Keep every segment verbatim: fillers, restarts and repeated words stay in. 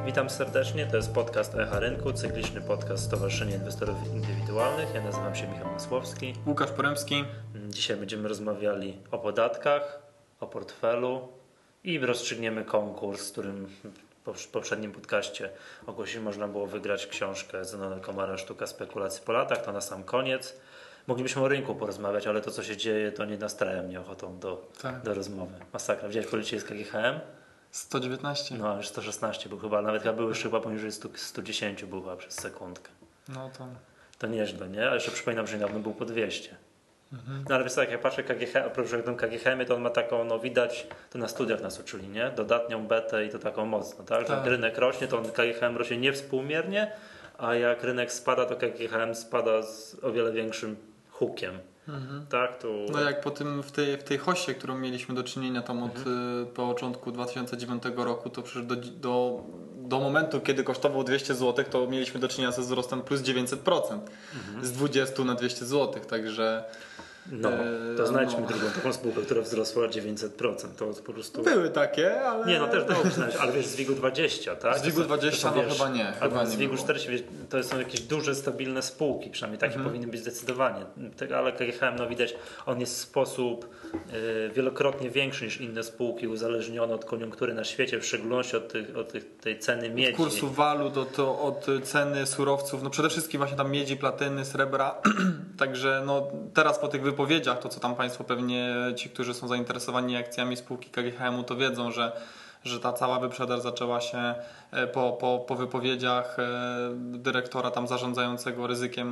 Witam serdecznie, to jest podcast Echa Rynku, cykliczny podcast Stowarzyszenia Inwestorów Indywidualnych. Ja nazywam się Michał Masłowski. Łukasz Poremski. Dzisiaj będziemy rozmawiali o podatkach, o portfelu i rozstrzygniemy konkurs, w którym w poprzednim podcaście ogłosiliśmy, można było wygrać książkę Zenona Komara Sztuka spekulacji po latach. To na sam koniec. Moglibyśmy o rynku porozmawiać, ale to, co się dzieje, to nie nastraja mnie ochotą do, tak. do rozmowy. Masakra. Widziałeś policzyć z K G H M? sto dziewiętnaście. No, już sto szesnaście był chyba, nawet chyba był już chyba poniżej sto dziesięć był chyba przez sekundkę. No to... To nieźle, nie? Ale jeszcze przypominam, że niedawno był po dwieście. Mhm. No ale wiesz, jak ja patrzę K G H, oprócz K G H M, to on ma taką, no widać, to na studiach nas uczyli, nie? Dodatnią betę i to taką mocno, tak? Że tak. jak rynek rośnie, to on K G H M rośnie niewspółmiernie, a jak rynek spada, to K G H M spada z o wiele większym hukiem. Mhm. Tak, tu... No jak po tym, w tej, w tej hoście, którą mieliśmy do czynienia tam od mhm. początku dwa tysiące dziewiątego roku, to przecież do, do, do momentu, kiedy kosztował dwieście złotych, to mieliśmy do czynienia ze wzrostem plus dziewięćset procent. Mhm. Z dwudziestu na dwieście złotych, także... No, to znajdźmy no. drugą taką spółkę, która wzrosła dziewięćset procent. To po prostu... Były takie, ale... Nie, no też dałoby znaleźć, ale wiesz, z WIG-u dwadzieścia, tak? Z WIG-u dwadzieścia, no chyba nie. Chyba z WIG-u czterdzieści, to są jakieś duże, stabilne spółki, przynajmniej takie mhm. powinny być zdecydowanie. Ale K G H M, no widać, on jest w sposób y, wielokrotnie większy niż inne spółki, uzależniony od koniunktury na świecie, w szczególności od, tych, od tych, tej ceny miedzi. Od kursu walut, od, od ceny surowców, no przede wszystkim właśnie tam miedzi, platyny, srebra. Także no teraz po tych wypowiedziach, to co tam Państwo pewnie, ci, którzy są zainteresowani akcjami spółki K G H M-u, to wiedzą, że, że ta cała wyprzedaż zaczęła się po, po, po wypowiedziach dyrektora tam zarządzającego ryzykiem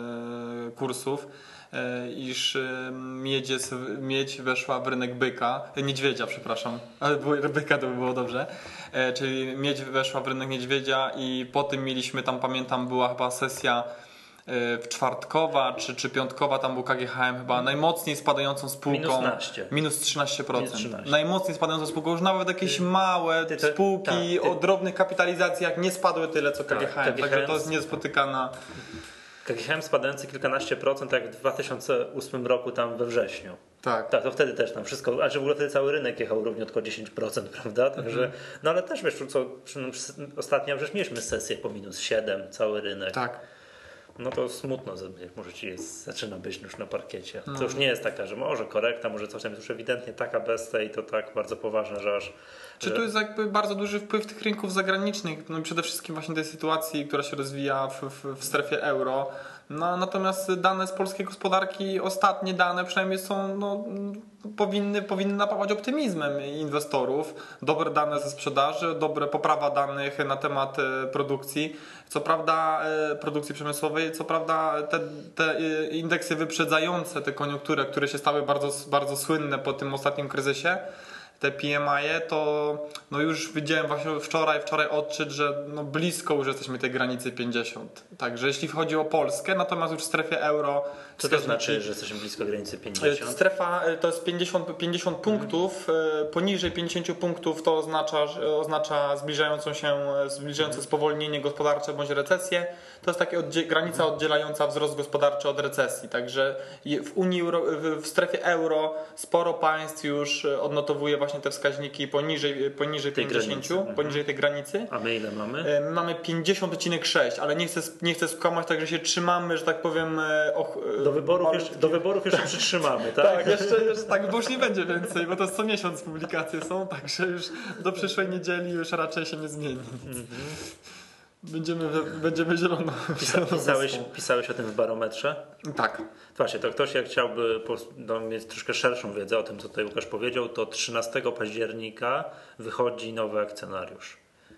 kursów, iż miedź, jest, miedź weszła w rynek byka, niedźwiedzia, przepraszam, ale byka to by było dobrze, czyli miedź weszła w rynek niedźwiedzia i po tym mieliśmy tam, pamiętam, była chyba sesja w czwartkowa czy, czy piątkowa, tam był K G H M chyba najmocniej spadającą spółką. Minus trzynaście. Minus trzynaście procent. Minus trzynaście. Najmocniej spadającą spółką. Już nawet jakieś ty, małe ty, to, spółki tak, ty, o drobnych kapitalizacjach nie spadły tyle co K G H M. Tak, także to jest niespotykana. K G H M spadający kilkanaście procent jak w dwa tysiące ósmym roku tam we wrześniu. Tak. Tak, to wtedy też tam wszystko, a że w ogóle wtedy cały rynek jechał równie tylko dziesięć procent, prawda? Także, mhm. no ale też wiesz, co, ostatnio przecież mieliśmy sesję po minus siedem, cały rynek. Tak. No to smutno, jak może ci jest, zaczyna być już na parkiecie. To już nie jest taka, że może korekta, może coś tam jest już ewidentnie taka bestia i to tak bardzo poważne, że aż... Czy tu jest jakby bardzo duży wpływ tych rynków zagranicznych, no przede wszystkim właśnie tej sytuacji, która się rozwija w, w, w strefie euro. No, natomiast dane z polskiej gospodarki, ostatnie dane przynajmniej są, no, powinny, powinny napawać optymizmem inwestorów. Dobre dane ze sprzedaży, dobre poprawa danych na temat produkcji. Co prawda produkcji przemysłowej, co prawda te, te indeksy wyprzedzające te koniunktury, które się stały bardzo, bardzo słynne po tym ostatnim kryzysie, te P M I, to no już widziałem właśnie wczoraj, wczoraj odczyt, że no blisko już jesteśmy tej granicy pięćdziesiąt. Także jeśli chodzi o Polskę, natomiast już w strefie euro... Co to znaczy, że jesteśmy blisko granicy pięćdziesiąt? Strefa to jest pięćdziesiąt, pięćdziesiąt punktów, hmm. poniżej pięćdziesiąt punktów to oznacza, oznacza zbliżającą się, zbliżające hmm. spowolnienie gospodarcze bądź recesję. To jest taka oddzie- granica oddzielająca wzrost gospodarczy od recesji. Także w Unii, w strefie euro sporo państw już odnotowuje właśnie te wskaźniki poniżej, poniżej pięćdziesiąt, poniżej tej granicy. A my ile mamy? My mamy pięćdziesiąt przecinek sześć, ale nie chcę, nie chcę skłamać, także się trzymamy, że tak powiem... Och, do, wyborów jeszcze, do wyborów jeszcze przytrzymamy, tak? Tak, jeszcze, jeszcze tak, bo już nie będzie więcej, bo to co miesiąc publikacje są, także już do przyszłej niedzieli już raczej się nie zmieni. Mm-hmm. Będziemy, będziemy zielono. Pisa, pisałeś, pisałeś o tym w barometrze? Tak. Właśnie, to ktoś jak chciałby no, mieć troszkę szerszą wiedzę o tym, co tutaj Łukasz powiedział, to trzynastego października wychodzi nowy akcjonariusz.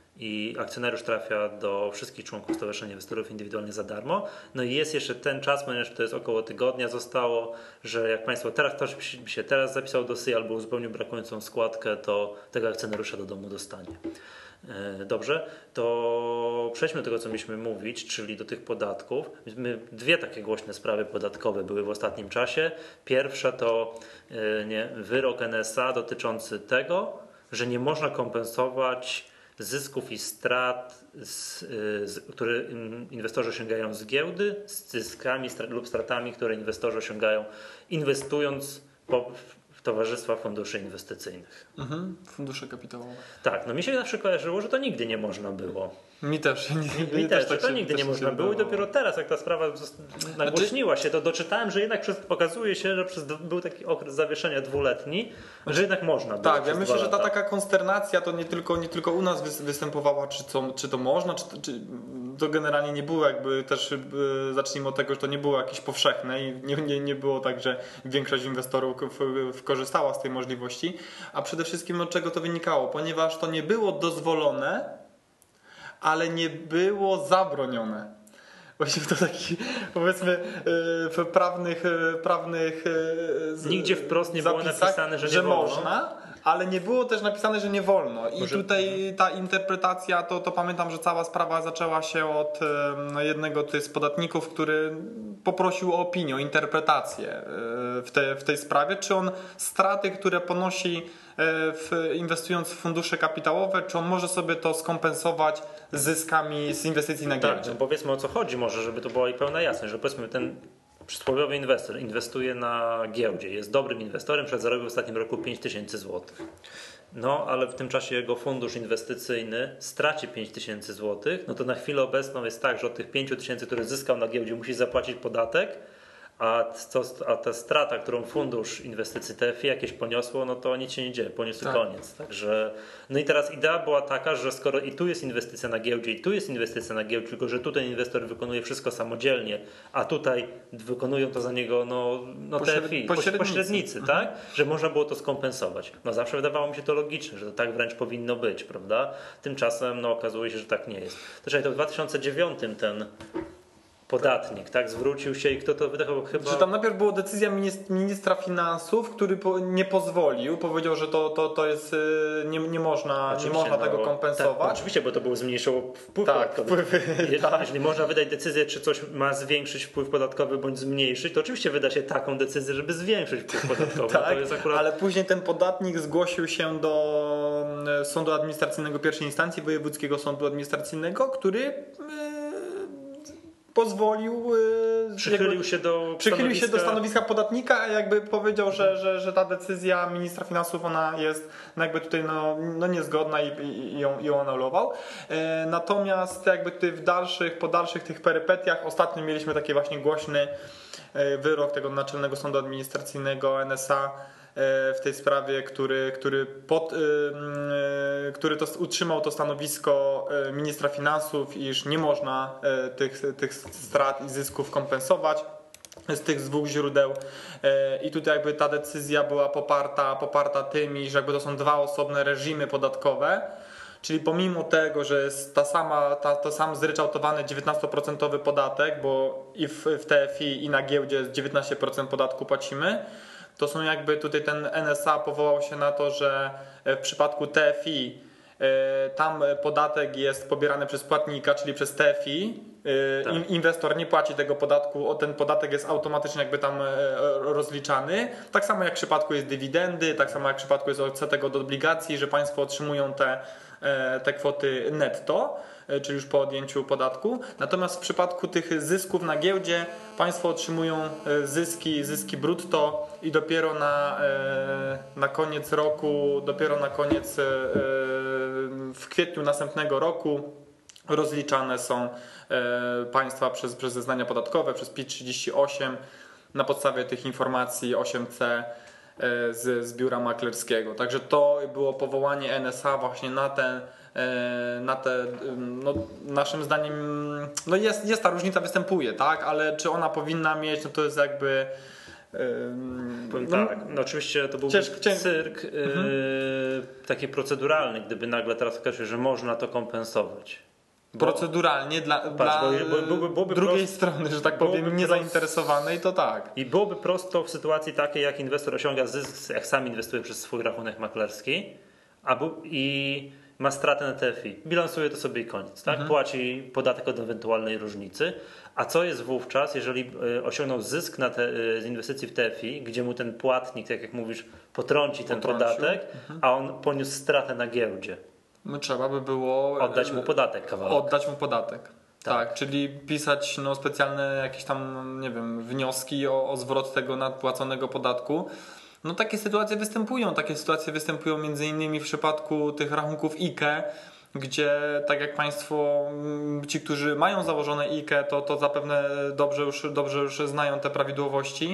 I akcjonariusz trafia do wszystkich członków Stowarzyszenia Inwestorów Indywidualnych za darmo. No i jest jeszcze ten czas, ponieważ to jest około tygodnia zostało, że jak Państwo teraz, ktoś by się teraz zapisał do S I albo uzupełnił brakującą składkę, to tego akcjonariusza do domu dostanie. Dobrze, to przejdźmy do tego, co mieliśmy mówić, czyli do tych podatków. My, dwie takie głośne sprawy podatkowe były w ostatnim czasie. Pierwsza to nie, wyrok N S A dotyczący tego, że nie można kompensować zysków i strat, z, z, które inwestorzy osiągają z giełdy, z zyskami lub stratami, które inwestorzy osiągają inwestując po, Towarzystwa Funduszy Inwestycyjnych. Mhm, fundusze kapitałowe. Tak, no mi się zawsze kojarzyło, że to nigdy nie można było. Mi też. Nie, Mi, mi też, tak to się, nigdy nie można było i dopiero teraz, jak ta sprawa nagłośniła się, to doczytałem, że jednak przez, okazuje się, że przez, był taki okres zawieszenia dwuletni, że jednak można było. Tak, ja myślę, że ta taka konsternacja to nie tylko, nie tylko u nas występowała, czy, co, czy to można, czy, czy to generalnie nie było jakby też, zacznijmy od tego, że to nie było jakieś powszechne i nie, nie, nie było tak, że większość inwestorów korzystała z tej możliwości, a przede wszystkim od czego to wynikało, ponieważ to nie było dozwolone, ale nie było zabronione. Właśnie to taki, powiedzmy, w prawnych, prawnych nigdzie wprost nie było napisane, że nie że wolno. można, ale nie było też napisane, że nie wolno. I Może... tutaj ta interpretacja, to, to pamiętam, że cała sprawa zaczęła się od no, jednego z podatników, który poprosił o opinię, o interpretację w, te, w tej sprawie, czy on straty, które ponosi w, inwestując w fundusze kapitałowe, czy on może sobie to skompensować zyskami z inwestycji na giełdzie. Tak, no powiedzmy o co chodzi może, żeby to była i pełna jasność, że powiedzmy ten przysłowiowy inwestor inwestuje na giełdzie, jest dobrym inwestorem, przed zarobił w ostatnim roku pięć tysięcy złotych. No, ale w tym czasie jego fundusz inwestycyjny straci pięć tysięcy złotych, no to na chwilę obecną jest tak, że od tych pięć tysięcy, które zyskał na giełdzie, musi zapłacić podatek, a, to, a ta strata, którą fundusz inwestycji T F I jakieś poniosło, no to nic się nie dzieje, poniósł tak. koniec. Także, no i teraz idea była taka, że skoro i tu jest inwestycja na giełdzie, i tu jest inwestycja na giełdzie, tylko że tutaj inwestor wykonuje wszystko samodzielnie, a tutaj wykonują to za niego no, no T F I, pośrednicy, pośrednicy mhm. tak? Że można było to skompensować. No zawsze wydawało mi się to logiczne, że to tak wręcz powinno być, prawda? Tymczasem no, okazuje się, że tak nie jest. Zresztą to w dwa tysiące dziewiątym ten podatnik, tak, zwrócił się i kto to wydał chyba... Że tam najpierw była decyzja ministra finansów, który nie pozwolił, powiedział, że to, to, to jest, nie, nie można, nie można no, tego kompensować. Tak, oczywiście, bo to było zmniejszyło wpływ tak, podatkowy. wpływy, Je, tak. Jeżeli można wydać decyzję, czy coś ma zwiększyć wpływ podatkowy bądź zmniejszyć, to oczywiście wyda się taką decyzję, żeby zwiększyć wpływ podatkowy. tak, to jest akurat... ale później ten podatnik zgłosił się do Sądu Administracyjnego pierwszej instancji, Wojewódzkiego Sądu Administracyjnego, który pozwolił przychylił jakby, się do przychylił stanowiska... się do stanowiska podatnika, a jakby powiedział, że, że, że ta decyzja ministra finansów ona jest no jakby tutaj no, no niezgodna i, i, i ją, ją anulował. E, natomiast jakby tutaj w dalszych, po dalszych tych perypetiach ostatnio mieliśmy taki właśnie głośny wyrok tego Naczelnego Sądu Administracyjnego N S A w tej sprawie, który, który, pod, który to, utrzymał to stanowisko ministra finansów, iż nie można tych, tych strat i zysków kompensować z tych dwóch źródeł i tutaj jakby ta decyzja była poparta, poparta tym, iż jakby to są dwa osobne reżimy podatkowe. Czyli pomimo tego, że jest ta sama, ta, to sam zryczałtowany dziewiętnastoprocentowy podatek, bo i w, w T F I i na giełdzie dziewiętnaście procent podatku płacimy, to są jakby tutaj ten N S A powołał się na to, że w przypadku T F I tam podatek jest pobierany przez płatnika, czyli przez T F I. Tak. Inwestor nie płaci tego podatku, ten podatek jest automatycznie jakby tam rozliczany. Tak samo jak w przypadku jest dywidendy, tak samo jak w przypadku jest odsetek od obligacji, że państwo otrzymują te, te kwoty netto, czyli już po odjęciu podatku. Natomiast w przypadku tych zysków na giełdzie państwo otrzymują zyski, zyski brutto i dopiero na, na koniec roku, dopiero na koniec w kwietniu następnego roku rozliczane są państwa przez, przez zeznania podatkowe, przez P I T trzydzieści osiem na podstawie tych informacji osiem C z, z biura maklerskiego. Także to było powołanie N S A właśnie na ten na te, no, naszym zdaniem no jest, jest ta różnica występuje, tak, ale czy ona powinna mieć, no to jest jakby Powiem no, tak, no oczywiście to byłby ciężko, ciężko. cyrk mhm. yy, taki proceduralny, gdyby nagle teraz okazało się, że można to kompensować. Bo, proceduralnie dla, patrz, dla bo, byłby, byłby drugiej prost, strony, że tak powiem, niezainteresowanej, to tak. I byłoby prosto w sytuacji takiej, jak inwestor osiąga zysk, jak sam inwestuje przez swój rachunek maklerski, a bu- i ma stratę na T F I. Bilansuje to sobie i koniec. Tak? Mhm. Płaci podatek od ewentualnej różnicy. A co jest wówczas, jeżeli osiągnął zysk na te, z inwestycji w T F I, gdzie mu ten płatnik, tak jak mówisz, potrąci ten Potrącił. podatek, mhm. a on poniósł stratę na giełdzie? No, trzeba by było oddać mu podatek kawałek. Oddać mu podatek. Tak, tak, czyli pisać no, specjalne jakieś tam, nie wiem, wnioski o, o zwrot tego nadpłaconego podatku. No takie sytuacje występują. Takie sytuacje występują między innymi w przypadku tych rachunków I K E, gdzie tak jak Państwo, ci, którzy mają założone I K E, to, to zapewne dobrze już, dobrze już znają te prawidłowości,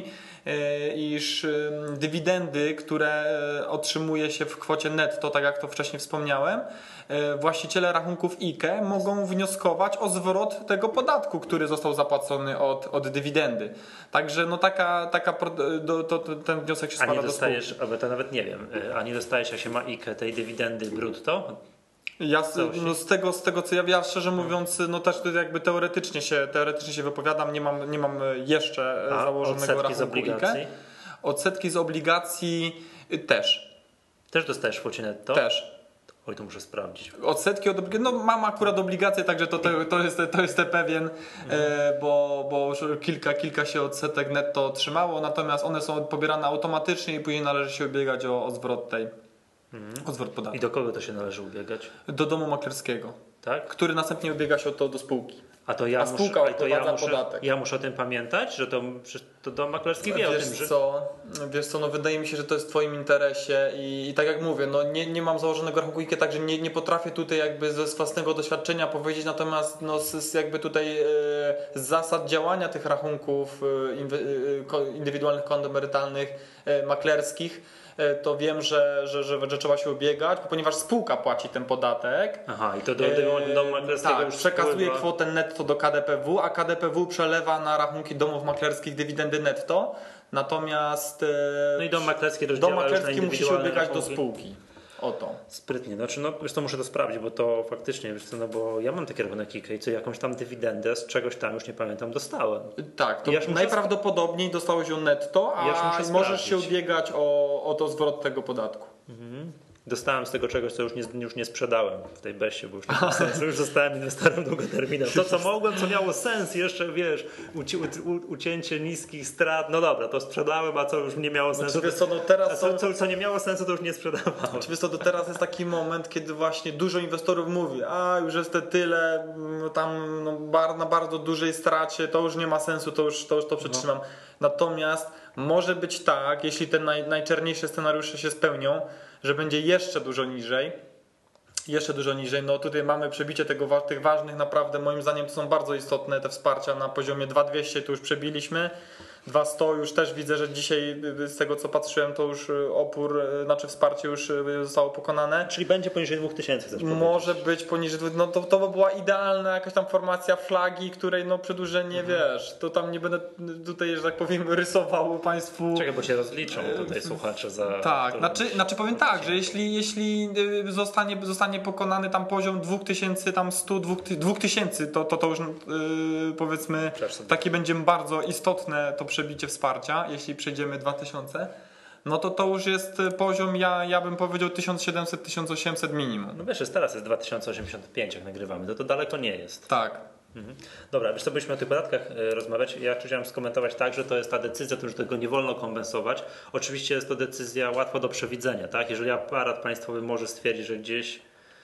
iż dywidendy, które otrzymuje się w kwocie netto, tak jak to wcześniej wspomniałem, właściciele rachunków I K E mogą wnioskować o zwrot tego podatku, który został zapłacony od, od dywidendy. Także no taka, taka do, to, ten wniosek się składa do spółki. A nie dostajesz, ale to nawet nie wiem, a nie dostajesz, jak się ma I K E, tej dywidendy brutto? Ja z, no z, tego, z tego co ja, ja szczerze mówiąc, no też jakby teoretycznie się, teoretycznie się wypowiadam, nie mam, nie mam jeszcze A założonego rachunku z obligacji? I K E. Odsetki z obligacji też. Też dostajesz w kwocie netto? Też. Oj, to muszę sprawdzić. Odsetki od obligacji, no mam akurat obligacje, także to, to, to, jest, to jest pewien, mhm. e, bo, bo już kilka, kilka się odsetek netto otrzymało, natomiast one są pobierane automatycznie i później należy się ubiegać o, o zwrot tej. Mhm. O zwrot podatku. I do kogo to się należy ubiegać? Do domu maklerskiego, tak? Który następnie ubiega się o to do spółki. A to ja A spółka muszę, to ja muszę, podatek. Ja muszę o tym pamiętać, że to, to dom maklerski wie wiesz o tym, że... Co, wiesz co, no wydaje mi się, że to jest w Twoim interesie i, i tak jak mówię, no nie, nie mam założonego rachunku I K E, także nie, nie potrafię tutaj jakby ze własnego doświadczenia powiedzieć, natomiast no z, jakby tutaj e, z zasad działania tych rachunków e, inwy, e, indywidualnych kont emerytalnych, e, maklerskich, to wiem, że, że, że, że trzeba się ubiegać, ponieważ spółka płaci ten podatek. Aha, i to do, do domu maklerskiego tak, już przekazuje wpływa. kwotę netto do K D P W, a K D P W przelewa na rachunki domów maklerskich dywidendy netto. Natomiast no i dom maklerski, dom maklerski musi się ubiegać do spółki. O to. Sprytnie. Znaczy, no wiesz co, muszę to sprawdzić, bo to faktycznie, wiesz co, no bo ja mam taki rachunek I K E i co jakąś tam dywidendę z czegoś tam, już nie pamiętam, dostałem. Tak, to ja najprawdopodobniej dostałeś ją netto, a ja możesz się ubiegać o, o to zwrot tego podatku. Mhm. Dostałem z tego czegoś, co już nie, już nie sprzedałem w tej beście, bo już nie ma sensu, już zostałem inwestorem długoterminowym. To, co mogłem, co miało sens, jeszcze wiesz, uci, u, ucięcie niskich strat, no dobra, to sprzedałem, a co już nie miało sensu, znaczy, co, no teraz a co, co, co nie miało sensu, to już nie sprzedawałem. Znaczy, wiesz co, to teraz jest taki moment, kiedy właśnie dużo inwestorów mówi, a już jest te tyle, tam no, bar, na bardzo dużej stracie, to już nie ma sensu, to już to, już to przetrzymam. No. Natomiast może być tak, jeśli te naj, najczerniejsze scenariusze się spełnią, że będzie jeszcze dużo niżej, jeszcze dużo niżej. No tutaj mamy przebicie tego, tych ważnych, naprawdę moim zdaniem to są bardzo istotne te wsparcia na poziomie dwa tysiące dwieście, to już przebiliśmy. dwa tysiące sto już też widzę, że dzisiaj z tego co patrzyłem, to już opór, znaczy wsparcie już zostało pokonane. Czyli będzie poniżej dwóch tysięcy chcesz powiedzieć? Może być poniżej, no to, to by była idealna jakaś tam formacja flagi, której no przedłużenie, mhm. wiesz, to tam nie będę tutaj, że tak powiem, rysował Państwu. Czekaj, bo się rozliczą tutaj słuchacze za... Tak, znaczy, znaczy powiem tak, że jeśli, jeśli zostanie, zostanie pokonany tam poziom dwa tysiące sto, dwa tysiące, to, to, to już yy, powiedzmy takie będzie bardzo istotne to przebicie wsparcia, jeśli przejdziemy dwa tysiące, no to to już jest poziom, ja, ja bym powiedział tysiąc siedemset do tysiąc osiemset minimum. No wiesz, jest teraz jest dwa tysiące osiemdziesiąt pięć, jak nagrywamy, to to daleko nie jest. Tak. Mhm. Dobra, wiesz co, byliśmy o tych podatkach y, rozmawiać. Ja chciałem skomentować tak, że to jest ta decyzja, to, że tego nie wolno kompensować. Oczywiście jest to decyzja łatwa do przewidzenia, tak? Jeżeli aparat państwowy może stwierdzić, że gdzieś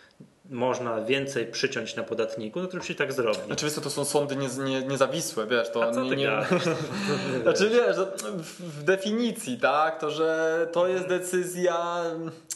można więcej przyciąć na podatniku, no to oczywiście tak zrobi. Oczywiście to są sądy nie, nie, niezawisłe, wiesz, to A co nie, ty nie... Znaczy wiesz, w, w definicji, tak, to że to jest decyzja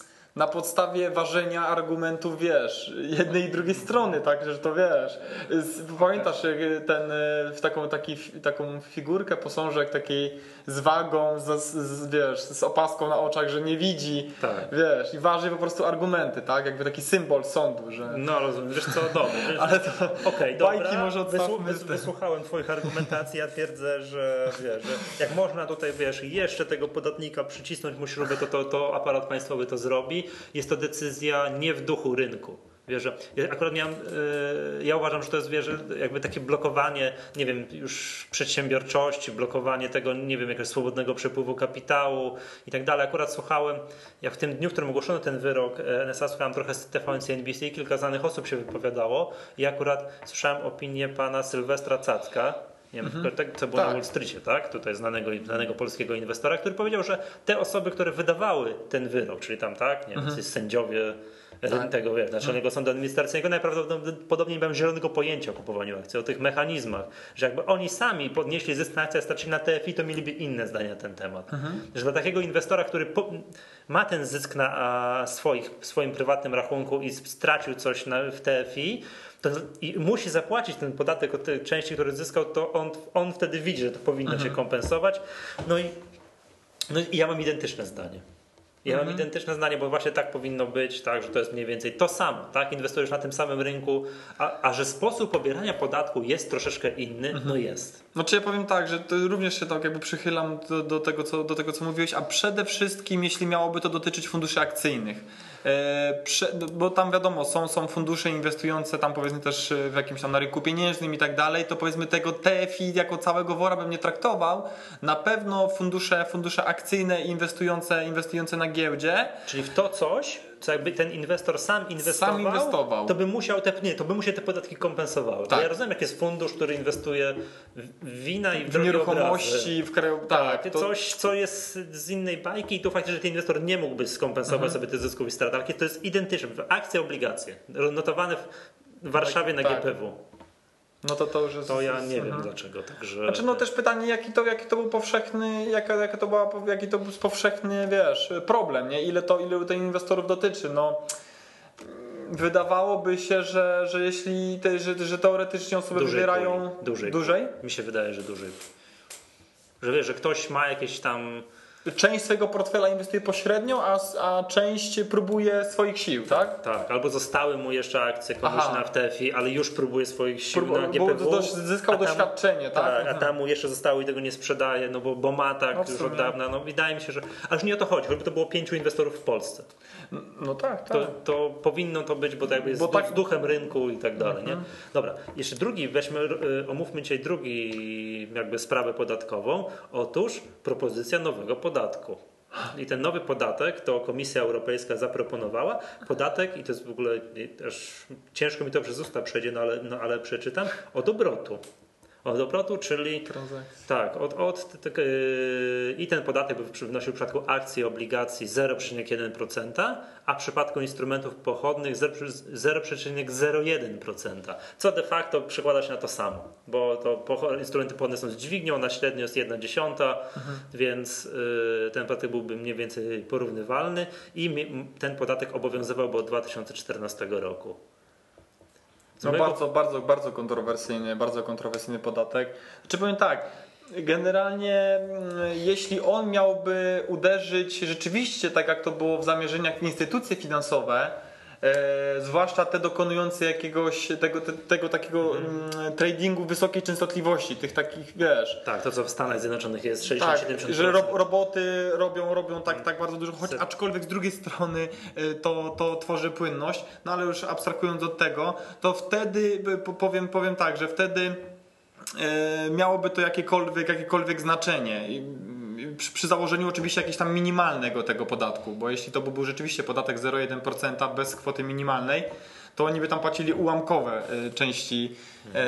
na podstawie ważenia argumentów, wiesz, jednej i drugiej strony, tak, że to wiesz. Pamiętasz ten, w taką, taki, taką figurkę, posążek takiej z wagą, z, z, wiesz, z opaską na oczach, że nie widzi, tak. wiesz, i waży po prostu argumenty, tak, jakby taki symbol sądu, że... No rozumiem, wiesz co, dobra. Wiesz, ale to okay, bajki dobra, może wysłu, wys, wysłuchałem twoich argumentacji, ja twierdzę, że wiesz, że jak można tutaj, wiesz, jeszcze tego podatnika przycisnąć mu śrubę, to, to, to aparat państwowy to zrobi. Jest to decyzja nie w duchu rynku. Wiesz, że ja akurat miałem, yy, ja uważam, że to jest, wiesz, jakby takie blokowanie, nie wiem, już przedsiębiorczości, blokowanie tego, nie wiem, jakiegoś swobodnego przepływu kapitału i tak dalej. Akurat słuchałem, ja w tym dniu, w którym ogłoszono ten wyrok N S A, słuchałem trochę z T V N C, N B C, kilka znanych osób się wypowiadało i akurat słyszałem opinię pana Sylwestra Cacka, nie wiem, mm-hmm. co było tak. na Wall Streetie, tak? Tutaj znanego, znanego polskiego inwestora, który powiedział, że te osoby, które wydawały ten wyrok, czyli tam, tak, nie wiem, mm-hmm. sędziowie tak. tego wiesz, Naczelnego Sądu Administracyjnego, najprawdopodobniej nie mają zielonego pojęcia o kupowaniu akcji, o tych mechanizmach, że jakby oni sami podnieśli zysk na akcjach, starczyli na T F I, to mieliby inne zdania na ten temat. Mhm. Że dla takiego inwestora, który po, ma ten zysk na a, swoich, w swoim prywatnym rachunku i stracił coś na, w T F I, to, i musi zapłacić ten podatek od tej części, który zyskał, to on, on wtedy widzi, że to powinno mhm. się kompensować. No i, no i ja mam identyczne zdanie. Ja mhm. mam identyczne zdanie, bo właśnie tak powinno być, tak, że to jest mniej więcej to samo, tak? Inwestujesz na tym samym rynku, a, a że sposób pobierania podatku jest troszeczkę inny, mhm. no jest. No czy ja powiem tak, że również się tak jakby przychylam do, do, tego, co, do tego, co mówiłeś, a przede wszystkim, jeśli miałoby to dotyczyć funduszy akcyjnych. E, prze, bo tam wiadomo, są, są fundusze inwestujące tam powiedzmy też w jakimś tam na rynku pieniężnym i tak dalej, to powiedzmy tego T F I jako całego wora bym nie traktował. Na pewno fundusze, fundusze akcyjne inwestujące, inwestujące na giełdzie. Czyli w to coś, co jakby ten inwestor sam inwestował, sam inwestował. to by musiał te, nie, to by mu się te podatki kompensowały. Tak. Ja rozumiem, jak jest fundusz, który inwestuje w wina i w, w nieruchomości, w kraju, tak, tak to... coś, co jest z innej bajki i tu faktycznie ten inwestor nie mógłby skompensować mhm. sobie tych zysków i strat. To jest identyczne. Akcje, obligacje notowane w Warszawie tak, na tak. G P W. No to to już jest... To ja nie wiem dlaczego. Także... Znaczy no też pytanie, jaki to, jaki to był powszechny, jaka, jaka to była, jaki to był powszechny, wiesz, problem, nie? Ile to, ile to inwestorów dotyczy, no... Wydawałoby się, że, że jeśli, te, że, że teoretycznie osoby dłużej wybierają... Boli. Dłużej. Dłużej? Mi się wydaje, że dłużej. Że wiesz, że ktoś ma jakieś tam... Część swojego portfela inwestuje pośrednio, a, a część próbuje swoich sił, tak? Tak, albo zostały mu jeszcze akcje komuś Aha. na w T F I, ale już próbuje swoich sił Prób, na G P W. Bo zyskał tam, doświadczenie, tak? tak? A tam mu jeszcze zostało i tego nie sprzedaje, no bo, bo ma tak no już od dawna. No wydaje mi się, że... Aż nie o to chodzi, choćby to było pięciu inwestorów w Polsce. No tak, tak. To, to powinno to być, bo to jakby jest bo tak... z duchem rynku i tak dalej, mhm. nie? Dobra, jeszcze drugi, weźmy, omówmy dzisiaj drugi jakby sprawę podatkową. Otóż propozycja nowego podatku. I ten nowy podatek to Komisja Europejska zaproponowała. Podatek, i to jest w ogóle też ciężko mi to przez usta przejdzie, no ale, no ale przeczytam, od obrotu. Od obrotu, czyli transakcji. Tak, od, od, t, t, yy, i ten podatek by wynosił w przypadku akcji i obligacji zero przecinek jeden procent, a w przypadku instrumentów pochodnych zero przecinek zero jeden procent, co de facto przekłada się na to samo, bo to instrumenty pochodne są z dźwignią, na średnio jest jedna dziesiąta, mhm. więc yy, ten podatek byłby mniej więcej porównywalny i mi, ten podatek obowiązywałby od dwa tysiące czternastego roku. No mojego... bardzo, bardzo, bardzo kontrowersyjny, bardzo kontrowersyjny podatek. Znaczy powiem tak, generalnie jeśli on miałby uderzyć rzeczywiście tak jak to było w zamierzeniach w instytucje finansowe, e, zwłaszcza te dokonujące jakiegoś tego, te, tego takiego mm. tradingu wysokiej częstotliwości, tych takich, wiesz... Tak, to co w Stanach Zjednoczonych jest sześćdziesiąt siedemdziesiąt procent. Tak, że ro, roboty robią, robią tak, tak bardzo dużo, choć aczkolwiek z drugiej strony to, to tworzy płynność, no ale już abstrahując od tego, to wtedy, powiem, powiem tak, że wtedy e, miałoby to jakiekolwiek, jakiekolwiek znaczenie. Przy, przy założeniu oczywiście jakiegoś tam minimalnego tego podatku, bo jeśli to by był rzeczywiście podatek zero przecinek jeden procent bez kwoty minimalnej, to oni by tam płacili ułamkowe części e,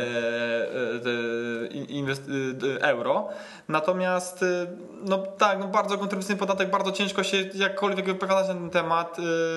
e, inwest, e, euro. Natomiast no tak, no bardzo kontrowersyjny podatek, bardzo ciężko się jakkolwiek wypowiadać na ten temat.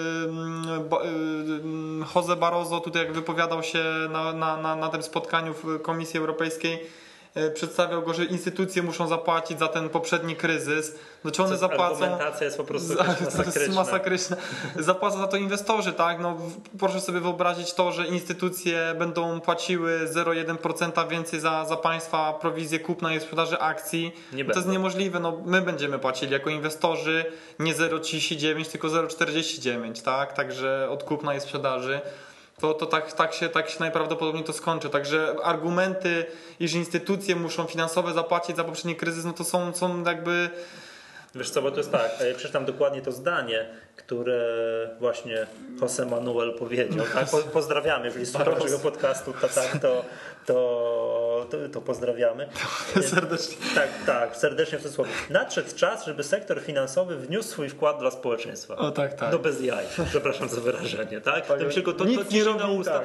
Jose Barroso tutaj jak wypowiadał się na, na, na, na tym spotkaniu w Komisji Europejskiej, przedstawiał go, że instytucje muszą zapłacić za ten poprzedni kryzys. No czy one zapłacą? Argumentacja jest po prostu masakryczna. masakryczna. Zapłacą za to inwestorzy, tak? No, proszę sobie wyobrazić to, że instytucje będą płaciły zero przecinek jeden procent więcej za, za państwa prowizję kupna i sprzedaży akcji. Nie to jest niemożliwe. No, my będziemy płacili jako inwestorzy nie zero przecinek trzydzieści dziewięć, tylko zero przecinek czterdzieści dziewięć, tak? Także od kupna i sprzedaży. To, to tak, tak, się, tak się najprawdopodobniej to skończy. Także argumenty, iż instytucje muszą finansowe zapłacić za poprzedni kryzys, no to są, są jakby... Wiesz co, bo to jest tak, ja przeczytam dokładnie to zdanie, które właśnie Jose Manuel powiedział. Tak? Po, pozdrawiamy, jeżeli słuchacie naszego podcastu, to tak, to, to, to, to pozdrawiamy. Serdecznie. Tak, tak, serdecznie w cudzysłowie. Nadszedł czas, żeby sektor finansowy wniósł swój wkład dla społeczeństwa. O tak, tak. No bez jaj, przepraszam za wyrażenie, tak? tak to mi się go to, nic to nie robi, na usta. Tak.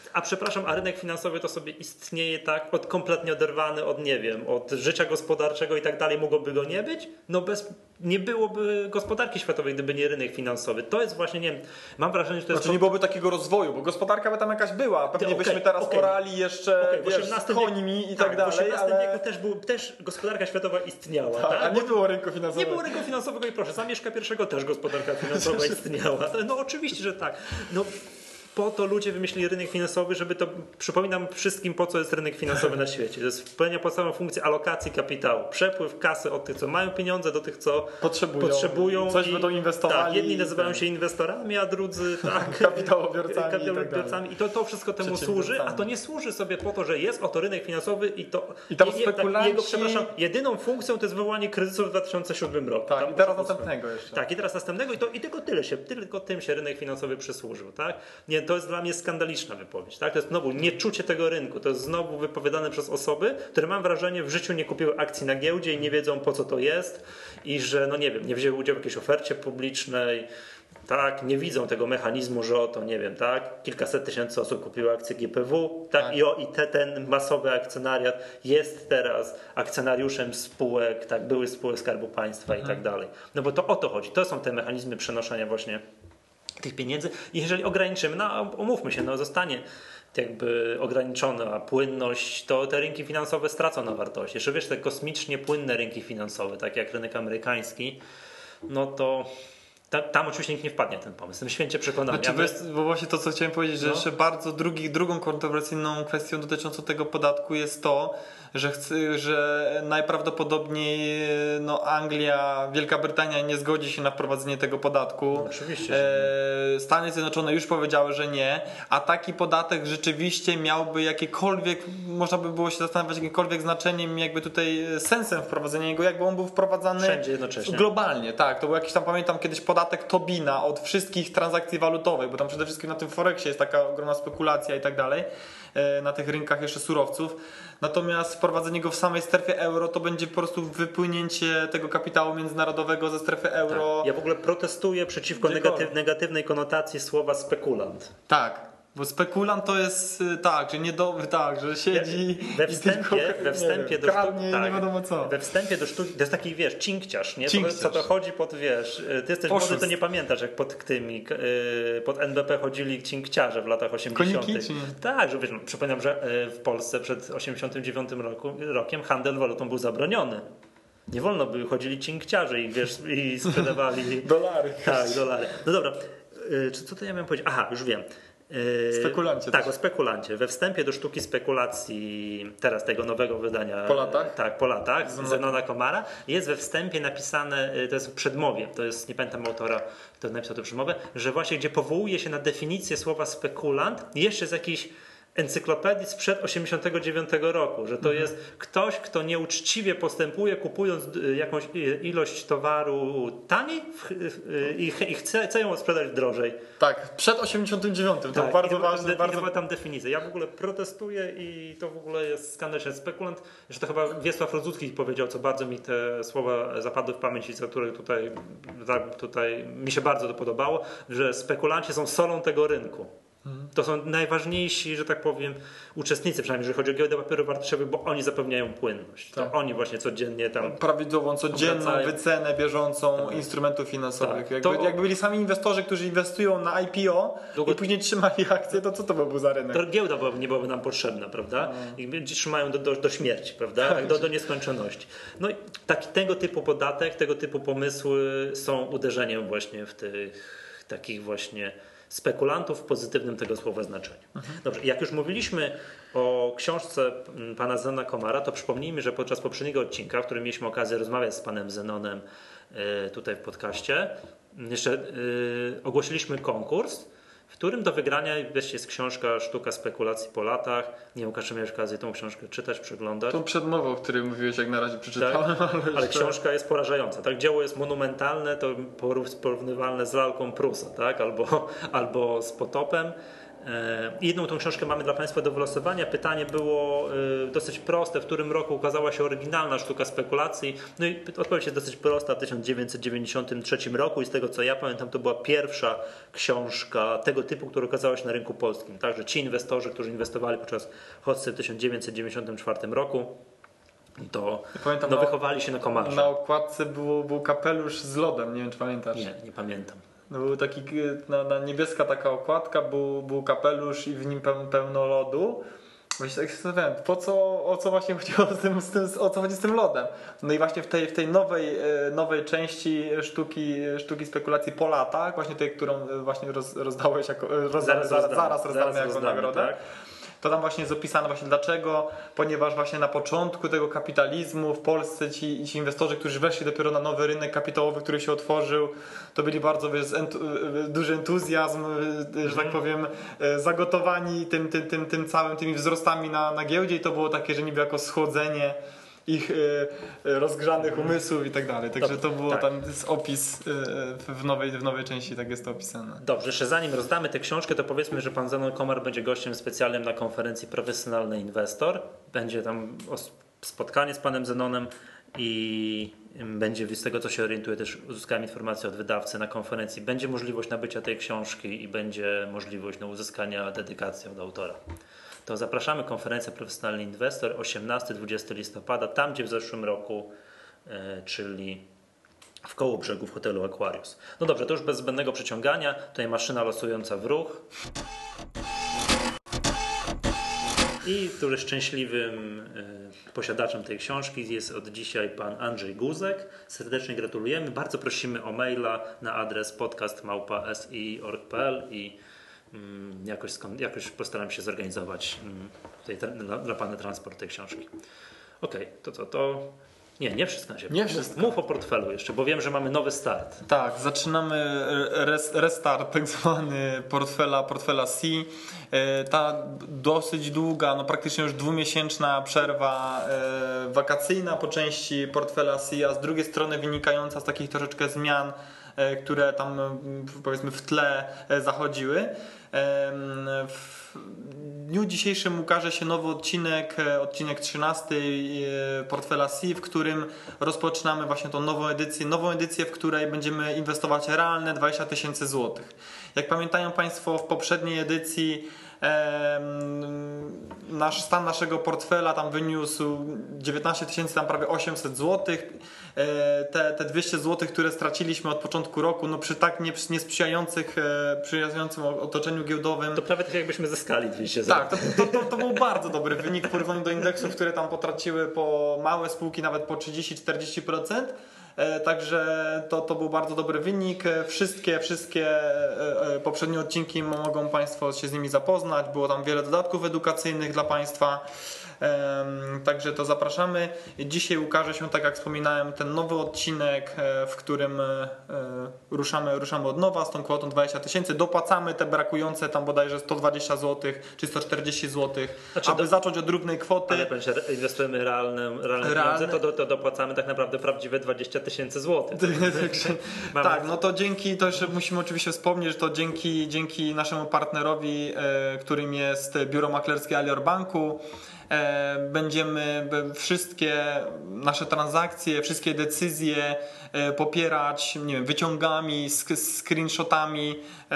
A przepraszam, a rynek finansowy to sobie istnieje tak od kompletnie oderwany od, nie wiem, od życia gospodarczego i tak dalej, mogłoby go nie być? No bez, nie byłoby gospodarki światowej, gdyby nie rynek finansowy. To jest właśnie, nie wiem, mam wrażenie, że to jest... Znaczy nie byłoby takiego rozwoju, bo gospodarka by tam jakaś była. Pewnie okay, byśmy teraz okay. orali jeszcze okay, wiesz, z końmi i tak, tak dalej. W osiemnastym ale... wieku też, był, też gospodarka światowa istniała. Tak, tak? A nie było rynku finansowego. Nie było rynku finansowego i proszę, za Mieszka pierwszego też gospodarka finansowa istniała. No oczywiście, że tak. No, po to ludzie wymyślili rynek finansowy, żeby to, przypominam wszystkim, po co jest rynek finansowy na świecie. To jest spełnia podstawową funkcję alokacji kapitału. Przepływ kasy od tych, co mają pieniądze, do tych, co potrzebują. potrzebują Coś i, będą inwestowali. Tak, jedni nazywają się inwestorami, a drudzy tak, kapitałobiorcami. kapitałobiorcami. I, tak I to, to wszystko temu służy, a to nie służy sobie po to, że jest oto rynek finansowy i to I tam je, spekulanci... jego, przepraszam, jedyną funkcją to jest wywołanie kryzysu w dwa tysiące siódmym roku. Tak, tam i teraz następnego jeszcze. Tak, i teraz następnego i, to, i tylko tyle się, tylko tym się rynek finansowy przysłużył. Tak? Nie, to jest dla mnie skandaliczne. Wypowiedź, tak? To jest znowu nieczucie tego rynku. To jest znowu wypowiadane przez osoby, które mam wrażenie w życiu nie kupiły akcji na giełdzie i nie wiedzą, po co to jest i że, no nie wiem, nie wzięły udziału w jakiejś ofercie publicznej, tak? Nie widzą tego mechanizmu, że oto, nie wiem, tak? Kilkaset tysięcy osób kupiło akcje G P W, tak? tak. I, o, i te, ten masowy akcjonariat jest teraz akcjonariuszem spółek, tak? Były spółek Skarbu Państwa mhm. i tak dalej. No bo to o to chodzi. To są te mechanizmy przenoszenia właśnie tych pieniędzy i jeżeli ograniczymy, no umówmy się, no zostanie jakby ograniczona płynność, to te rynki finansowe stracą na wartości. Jeszcze wiesz, te kosmicznie płynne rynki finansowe, tak jak rynek amerykański, no to tam, tam oczywiście nikt nie wpadnie na ten pomysł. Jestem święcie przekonany. Znaczy, my... Bo właśnie to, co chciałem powiedzieć, że no. jeszcze bardzo drugi, drugą kontrowersyjną kwestią dotyczącą tego podatku jest to, że, chce, że najprawdopodobniej no, Anglia, Wielka Brytania nie zgodzi się na wprowadzenie tego podatku. No, oczywiście. E, Stany Zjednoczone już powiedziały, że nie, a taki podatek rzeczywiście miałby jakiekolwiek, można by było się zastanawiać, jakiekolwiek znaczeniem, jakby tutaj sensem wprowadzenia jego, jakby on był wprowadzany wszędzie jednocześnie. Globalnie, tak. To był jakiś tam, pamiętam kiedyś podatek Tobina od wszystkich transakcji walutowych, bo tam przede wszystkim na tym Forexie jest taka ogromna spekulacja i tak dalej, na tych rynkach jeszcze surowców. Natomiast wprowadzenie go w samej strefie euro to będzie po prostu wypłynięcie tego kapitału międzynarodowego ze strefy euro. Tak. Ja w ogóle protestuję przeciwko negatyw, negatywnej konotacji słowa spekulant. Tak. Bo spekulant to jest tak, że nie do, tak, że siedzi we wstępie, i tylko, we wstępie wiem, do sztuki, tak, nie wiadomo co. We wstępie do sztuki, to jest taki, wiesz, cinkciarz, nie? Cinkciarz. Co to chodzi pod, wiesz, ty jesteś Oszust. młody, to nie pamiętasz, jak pod tymi, pod N B P chodzili cinkciarze w latach osiemdziesiątych. Koniki, czy nie? Tak, że wiesz, przypominam, że w Polsce przed osiemdziesiątym dziewiątym roku, rokiem handel walutą był zabroniony. Nie wolno by chodzili cinkciarze i wiesz, i sprzedawali dolary. Tak, dolary. No dobra, czy co to ja miałem powiedzieć? Aha, już wiem. Spekulancie. Tak, też. O spekulancie. We wstępie do sztuki spekulacji teraz tego nowego wydania po latach? Tak, po latach Zenona Komara jest we wstępie napisane, to jest w przedmowie, to jest, nie pamiętam autora, kto napisał tę przedmowę, że właśnie gdzie powołuje się na definicję słowa spekulant jeszcze z jakiejś encyklopedii sprzed osiemdziesiątego dziewiątego roku, że to mhm. jest ktoś, kto nieuczciwie postępuje, kupując jakąś ilość towaru taniej i chce, chce ją sprzedać drożej. Tak, przed osiemdziesiątym dziewiątym. To tak, bardzo i ważne. I bardzo... była tam definicja. Ja w ogóle protestuję i to w ogóle jest skandaliczny spekulant. Że to chyba Wiesław Rodzucki powiedział, co bardzo mi te słowa zapadły w pamięć i za które tutaj, tutaj mi się bardzo to podobało, że spekulanci są solą tego rynku. To są najważniejsi, że tak powiem, uczestnicy, przynajmniej jeżeli chodzi o giełdę papierów wartościowych, bo oni zapewniają płynność. To tak. oni właśnie codziennie tam prawidłową, codzienną obracają. wycenę bieżącą tak. instrumentów finansowych. Tak. Jakby, To... jakby byli sami inwestorzy, którzy inwestują na I P O Długo... i później trzymali akcje, to co to by był za rynek? To giełda byłaby, nie byłaby nam potrzebna, prawda? No. I trzymają do, do, do śmierci, prawda? Tak. Do, do nieskończoności. No i taki, tego typu podatek, tego typu pomysły są uderzeniem właśnie w tych takich właśnie spekulantów w pozytywnym tego słowa znaczeniu. Mhm. Dobrze, jak już mówiliśmy o książce pana Zenona Komara, to przypomnijmy, że podczas poprzedniego odcinka, w którym mieliśmy okazję rozmawiać z panem Zenonem tutaj w podcaście, jeszcze ogłosiliśmy konkurs, w którym do wygrania jest książka Sztuka spekulacji po latach. Nie wiem, Łukasz, czy miałeś okazję tą książkę czytać, przeglądać? Tą przedmowę, o której mówiłeś, jak na razie przeczytałem. Tak? Ale, ale jeszcze... książka jest porażająca. Tak? Dzieło jest monumentalne, to porównywalne z lalką Prusa, tak? albo, albo z Potopem. Jedną tą książkę mamy dla Państwa do wylosowania. Pytanie było dosyć proste. W którym roku ukazała się oryginalna sztuka spekulacji? No i odpowiedź jest dosyć prosta. W tysiąc dziewięćset dziewięćdziesiątym trzecim roku i z tego co ja pamiętam, to była pierwsza książka tego typu, która ukazała się na rynku polskim. Także ci inwestorzy, którzy inwestowali podczas Hossy w tysiąc dziewięćset dziewięćdziesiątym czwartym roku, to pamiętam, no, na, wychowali się na komarze. Na okładce był, był kapelusz z lodem, nie wiem czy pamiętasz. Nie, nie pamiętam. No był taki, na, na niebieska taka okładka, był, był kapelusz i w nim pełno lodu. Właśnie tak się zastanawiałem, po co, o co właśnie chodziło z tym, z tym, o co chodzi z tym lodem. No i właśnie w tej, w tej nowej, nowej części sztuki, sztuki spekulacji po latach, właśnie tej, którą właśnie roz, rozdałeś jako, roz, zaraz, zaraz, rozdamy, zaraz rozdamy zaraz jako rozdamy, nagrodę. tak? To tam właśnie jest opisane właśnie dlaczego, ponieważ właśnie na początku tego kapitalizmu w Polsce ci, ci inwestorzy, którzy weszli dopiero na nowy rynek kapitałowy, który się otworzył, to byli bardzo wiesz, entu, duży entuzjazm, że tak powiem, zagotowani tym, tym, tym, tym całym, tymi wzrostami na, na giełdzie i to było takie, że niby jako schłodzenie ich rozgrzanych umysłów i tak dalej. Także to było tak. tam jest opis w nowej, w nowej części, tak jest to opisane. Dobrze, jeszcze zanim rozdamy tę książkę, to powiedzmy, że pan Zenon Komar będzie gościem specjalnym na konferencji Profesjonalny Inwestor. Będzie tam spotkanie z panem Zenonem i będzie, z tego co się orientuję, też uzyskałem informację od wydawcy na konferencji. Będzie możliwość nabycia tej książki i będzie możliwość no, uzyskania dedykacji od autora. To zapraszamy, konferencja Profesjonalny Inwestor osiemnastego do dwudziestego listopada, tam gdzie w zeszłym roku, yy, czyli w Kołobrzegu w hotelu Aquarius. No dobrze, to już bez zbędnego przeciągania. Tutaj maszyna losująca w ruch. I który szczęśliwym y, posiadaczem tej książki jest od dzisiaj pan Andrzej Guzek. Serdecznie gratulujemy. Bardzo prosimy o maila na adres podcast małpa s i kropka org kropka p l i y, jakoś, jakoś postaram się zorganizować y, tutaj dla, dla pana transport tej książki. Okej, okay, to co, to, to... Nie, nie wszystko na siebie. Nie wszystko. Mów o portfelu jeszcze, bo wiem, że mamy nowy start. Tak, zaczynamy res, restart tak zwany portfela, portfela C. Ta dosyć długa, no praktycznie już dwumiesięczna przerwa wakacyjna po części portfela C, a z drugiej strony wynikająca z takich troszeczkę zmian, które tam powiedzmy w tle zachodziły. W dniu dzisiejszym ukaże się nowy odcinek, odcinek trzynasty portfela C, w którym rozpoczynamy właśnie tą nową edycję, nową edycję, w której będziemy inwestować realne dwadzieścia tysięcy złotych. Jak pamiętają Państwo, w poprzedniej edycji nasz stan naszego portfela tam wyniósł dziewiętnaście tysięcy, tam prawie osiemset złotych. Te, te dwieście złotych, które straciliśmy od początku roku, no przy tak niesprzyjających, sprzyjającym otoczeniu giełdowym. To prawie tak jakbyśmy zyskali dwieście złotych. Tak, to, to, to, to był bardzo dobry wynik w porównaniu do indeksów, które tam potraciły po małe spółki nawet po trzydzieści do czterdziestu procent. Także to, to był bardzo dobry wynik. Wszystkie, wszystkie poprzednie odcinki mogą Państwo się z nimi zapoznać. Było tam wiele dodatków edukacyjnych dla Państwa. Także to zapraszamy. Dzisiaj ukaże się, tak jak wspominałem, ten nowy odcinek, w którym ruszamy, ruszamy od nowa z tą kwotą dwadzieścia tysięcy. Dopłacamy te brakujące tam bodajże sto dwadzieścia złotych czy sto czterdzieści złotych, znaczy, aby do... zacząć od równej kwoty. Ale jak inwestujemy realne, realne Realne... pieniądze, to, to dopłacamy tak naprawdę prawdziwe dwadzieścia tysięcy złotych. Mamy... Tak, no to dzięki, to jeszcze musimy oczywiście wspomnieć, że to dzięki, dzięki naszemu partnerowi, którym jest biuro maklerskie Alior Banku, będziemy wszystkie nasze transakcje, wszystkie decyzje popierać, nie wiem, wyciągami, screenshotami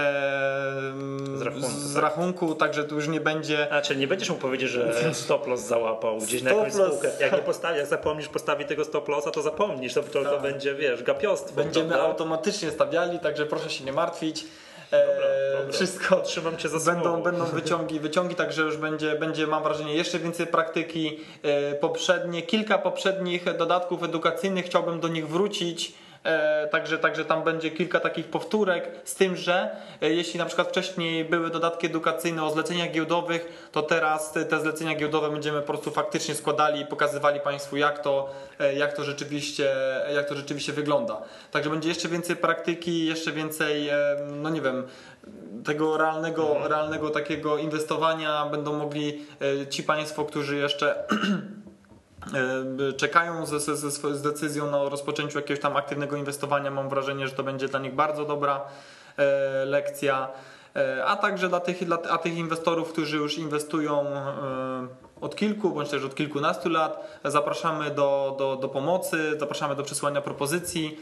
z rachunku, z tak. rachunku, także tu już nie będzie... A, czyli nie będziesz mógł powiedzieć, że stop loss załapał gdzieś stop na jakąś loss. spółkę. Jak nie postawi, jak zapomnisz postawić tego stop lossa, to zapomnisz, to, to, to tak. będzie, wiesz, gapiostwo. Będziemy prawda? automatycznie stawiali, także proszę się nie martwić. Dobra, dobra. Wszystko trzymam cię za będą, słowo. będą wyciągi, wyciągi, także już będzie, będzie, mam wrażenie, jeszcze więcej praktyki. Poprzednie, kilka poprzednich dodatków edukacyjnych, chciałbym do nich wrócić. Także, także tam będzie kilka takich powtórek, z tym, że jeśli na przykład wcześniej były dodatki edukacyjne o zleceniach giełdowych, to teraz te zlecenia giełdowe będziemy po prostu faktycznie składali i pokazywali Państwu, jak to, jak to rzeczywiście, jak to rzeczywiście wygląda. Także będzie jeszcze więcej praktyki, jeszcze więcej, no nie wiem, tego realnego, mhm. realnego takiego inwestowania będą mogli ci Państwo, którzy jeszcze czekają z, z, z, z decyzją o rozpoczęciu jakiegoś tam aktywnego inwestowania. Mam wrażenie, że to będzie dla nich bardzo dobra e, lekcja. a także dla tych, dla a tych inwestorów, którzy już inwestują od kilku bądź też od kilkunastu lat, zapraszamy do, do, do pomocy, zapraszamy do przesłania propozycji.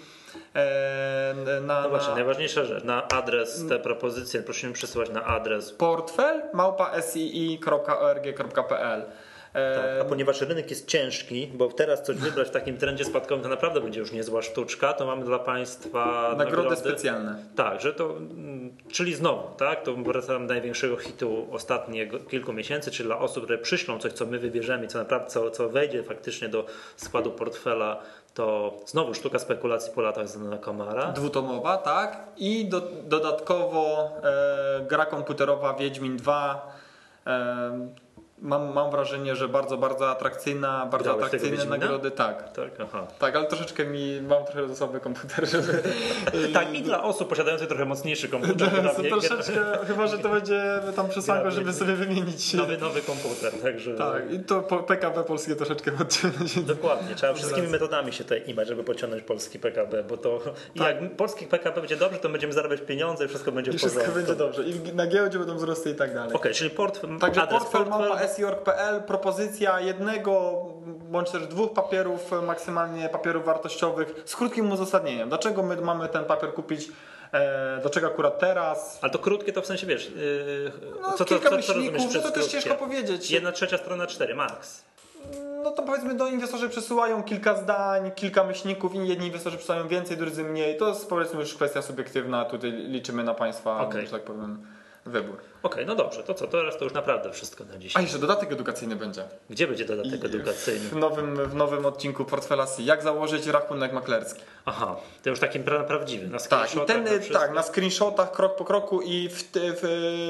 Na, no właśnie, na... najważniejsza rzecz, na adres te propozycje prosimy przesyłać na adres portfel małpa sii kropka org kropka pl. Tak, a ponieważ rynek jest ciężki, bo teraz coś wybrać w takim trendzie spadkowym to naprawdę będzie już niezła sztuczka, to mamy dla Państwa nagrody, nagrody specjalne. Tak, że to, czyli znowu, tak, to wracam do największego hitu ostatnich kilku miesięcy, czyli dla osób, które przyślą coś, co my wybierzemy, co naprawdę, co, co wejdzie faktycznie do składu portfela, to znowu sztuka spekulacji po latach Zenona Komara. Dwutomowa, tak. I do, dodatkowo e, gra komputerowa Wiedźmin dwa. E, Mam, mam wrażenie, że bardzo, bardzo atrakcyjna, bardzo Grałeś atrakcyjne nagrody, tak. Tak, aha. Tak, ale troszeczkę mi, mam trochę za słaby komputer, żeby... tak, i dla osób posiadających trochę mocniejszy komputer. troszeczkę, chyba, że to będzie tam przesłanka, żeby sobie wymienić... Nowy, nowy komputer, także... Tak, i to P K B polskie troszeczkę podciągnąć. Dokładnie, trzeba wszystkimi metodami się tutaj imać, żeby pociągnąć polski P K B, bo to tak. Jak polskich P K B będzie dobrze, to będziemy zarabiać pieniądze i wszystko będzie I w porządku. wszystko będzie dobrze. I na giełdzie będą wzrosty i tak dalej. Okej, okay, czyli portfel, Także adres portfel, portfel... małpa sii kropka org kropka p l, propozycja jednego bądź też dwóch papierów, maksymalnie papierów wartościowych z krótkim uzasadnieniem. Dlaczego my mamy ten papier kupić, e, dlaczego akurat teraz? Ale to krótkie to w sensie, wiesz, yy, no, co, kilka co, myślników, co no to też ciężko powiedzieć. Jedna trzecia strona cztery, max. No to powiedzmy, do inwestorzy przesyłają kilka zdań, kilka myślników, i jedni inwestorzy przesyłają więcej, drudzy mniej. To jest powiedzmy już kwestia subiektywna, tutaj liczymy na Państwa, okay. że tak powiem, wybór. Okej, okay, no dobrze, to co, teraz to już naprawdę wszystko na dzisiaj. A jeszcze dodatek edukacyjny będzie. Gdzie będzie dodatek I edukacyjny? W nowym, w nowym odcinku Portfela S I. Jak założyć rachunek maklerski. Aha, to już takim pra prawdziwym, na tak, i ten, na tak, na screenshotach, krok po kroku, i w, w,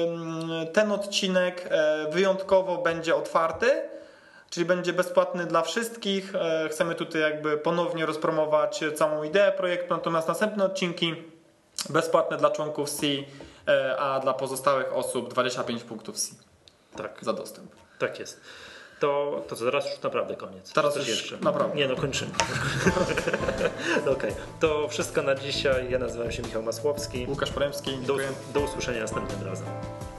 ten odcinek wyjątkowo będzie otwarty, czyli będzie bezpłatny dla wszystkich. Chcemy tutaj jakby ponownie rozpromować całą ideę projektu, natomiast następne odcinki bezpłatne dla członków S I, a dla pozostałych osób dwadzieścia pięć punktów S I tak. za dostęp. Tak jest. To, to co, teraz już naprawdę koniec. Teraz coś już jeszcze. Naprawdę. Nie no, kończymy. Okej, okay. To wszystko na dzisiaj. Ja nazywam się Michał Masłowski. Łukasz Poremski. Do, do usłyszenia następnym razem.